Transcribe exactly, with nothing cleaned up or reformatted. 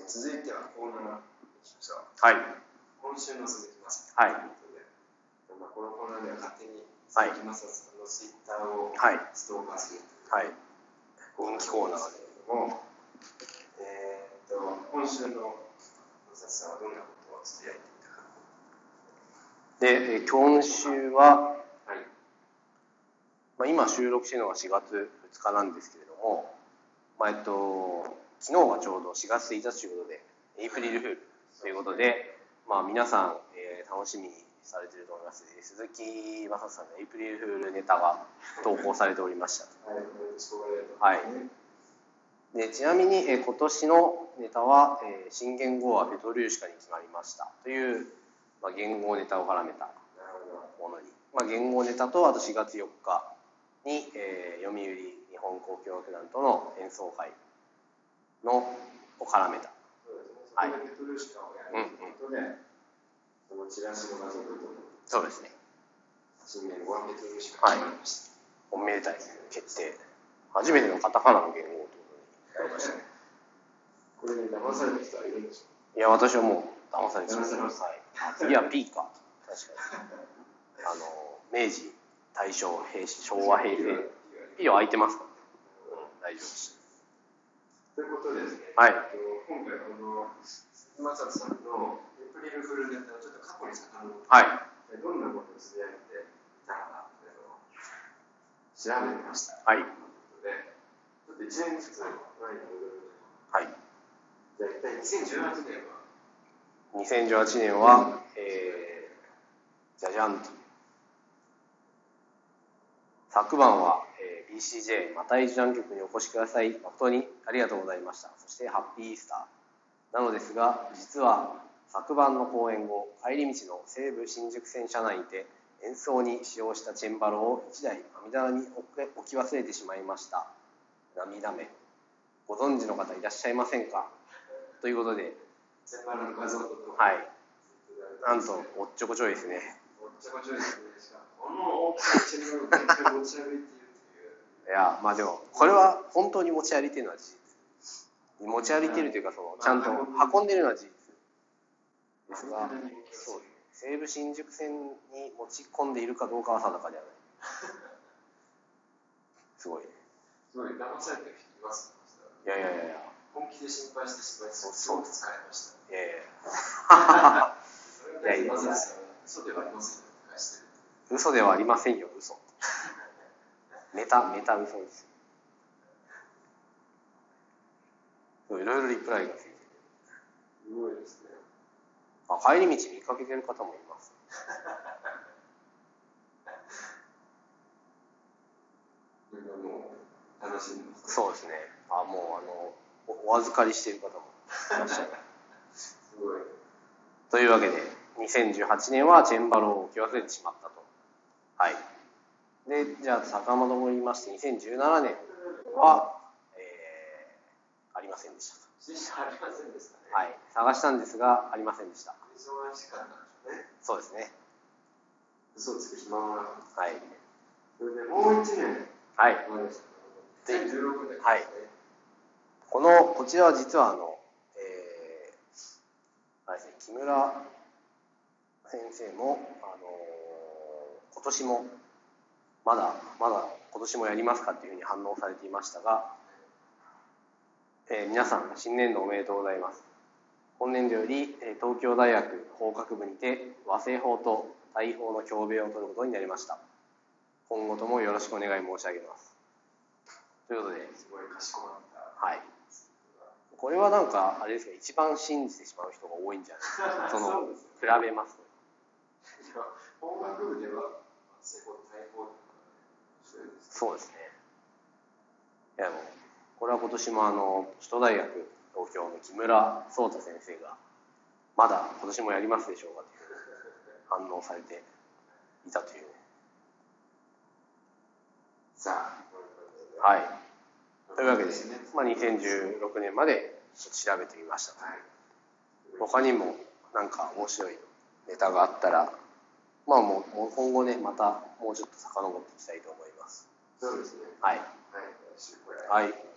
続いてはコーナーにしましょう。 はい。 今週の鈴木雅人はい。 ということで、まあ、このコーナーでは勝手に鈴木雅人さんのツイッターをはいストーカーするはい。人気コーナーですけれども、えー、っと今週の雅人さんはどんなことをつぶやいていたか。 で、え今週は、 はい。 まあ、今収録しているのがしがつふつかなんですけれども、まあえっと、昨日はちょうどしがつついたちということで、エイプリルフールということで、まあ、皆さん、えー、楽しみにされていると思います。鈴木雅人さんのエイプリルフールネタが投稿されておりました。はい。でちなみに、えー、今年のネタは、えー、新元号はペトリューシカに決まりましたという、まあ、元号ネタを絡めたものに、まあ、元号ネタとあとしがつよっかに、えー、読売日本交響楽団との演奏会のを絡めた。はい。 ペトリューシカをやることで、そのチラシの画像とともに、 そうですね。 新元号はペトリューシカに決まりました。 おめでたい決定。初めてのカタカナの元号ということになりましたね。 これに騙された人はいるんでしょうか。 いや、私はもう騙されてます。 騙されました。 はい。次は P か。確かに。あの明治、大正、平成、昭和、平成。P は空いてますか、ね。うん、大丈夫です。 ということでですね。 はい。 今回この雅人さんのエイプリルフールネタをちょっと過去に遡って、 はい、 どんなことをつぶやいていたのかというのを調べてみました。 はい。 ということで、ちょっといちねんずつ前に戻ると。 はい。 じゃあ一体にせんじゅうはちねんはにせんじゅうはちねんは、えー、じゃじゃんと。昨晩は、えー、ビーシージェー また一覧局にお越しください。誠にありがとうございました。そしてハッピーイースター。なのですが、実は昨晩の公演後、帰り道の西武新宿線車内にて演奏に使用したチェンバロをいちだい網棚に置き忘れてしまいました。涙目。ご存知の方いらっしゃいませんかということで、 チェンバロの画像とはい。なんとおっちょこちょいですね。 おっちょこちょいですね。しかもこの大きなチェンバロを毎回持ち歩いているという。 いや、まあでもこれは本当に持ち歩いているのは事実。持ち歩いているというか、そのちゃんと運んでいるのは事実ですが、そう、西武新宿線に持ち込んでいるかどうかは定かではない。すごいね。すごい騙されてる人います。 いやいやいやいや。 本気で心配してしまいそう。すごく疲れました。 いやいや。いやいやいや。 嘘ではありませんよ。 嘘ではありませんよ。嘘。メタメタ嘘です。いろいろリプライがついてる。 すごいですね。 あ、帰り道見かけてる方もいます。 もう楽しんでます、 ね。そうですね。あ、もうあの お, お預かりしている方もいらっしゃる。 すごい。 というわけで、にせんじゅうはちねんはチェンバロを置き忘れてしまったと。はい。で、じゃあ遡りまして、にせんじゅうななねんは、えー、ありませんでした。 ありませんでしたね。 はい。探したんですが、ありませんでした。 忙しかったんですね。 そうですね。 嘘をつく暇もなかった。 はい。 それでもういちねん。 はい。 にせんじゅうろくねんですね。 はい。この、こちらは実はあの、えー、あれですね、木村先生も、あのー、今年も、まだ、まだ今年もやりますかっていうふうに反応されていましたが、えー、皆さん、新年度おめでとうございます。今年度より、えー、東京大学法学部にて和製法と大法の教鞭を取ることになりました。今後ともよろしくお願い申し上げます。ということで、 すごいかしこまった。 はい。これはなんかあれですか、一番信じてしまう人が多いんじゃないですか。その比べますと。 法学部では和製法と大法そうですね。いやもうこれは今年もあの首都大学東京の木村壮太先生がまだ今年もやりますでしょうかという反応されていたという。 さあ、はい。というわけで、まあ、にせんじゅうろくねんまで調べてみました。はい、他にもなんか面白いネタがあったら、まあもう今後ねまたもうちょっと遡っていきたいと思います。 そうですね。 はい。 はい。 はい。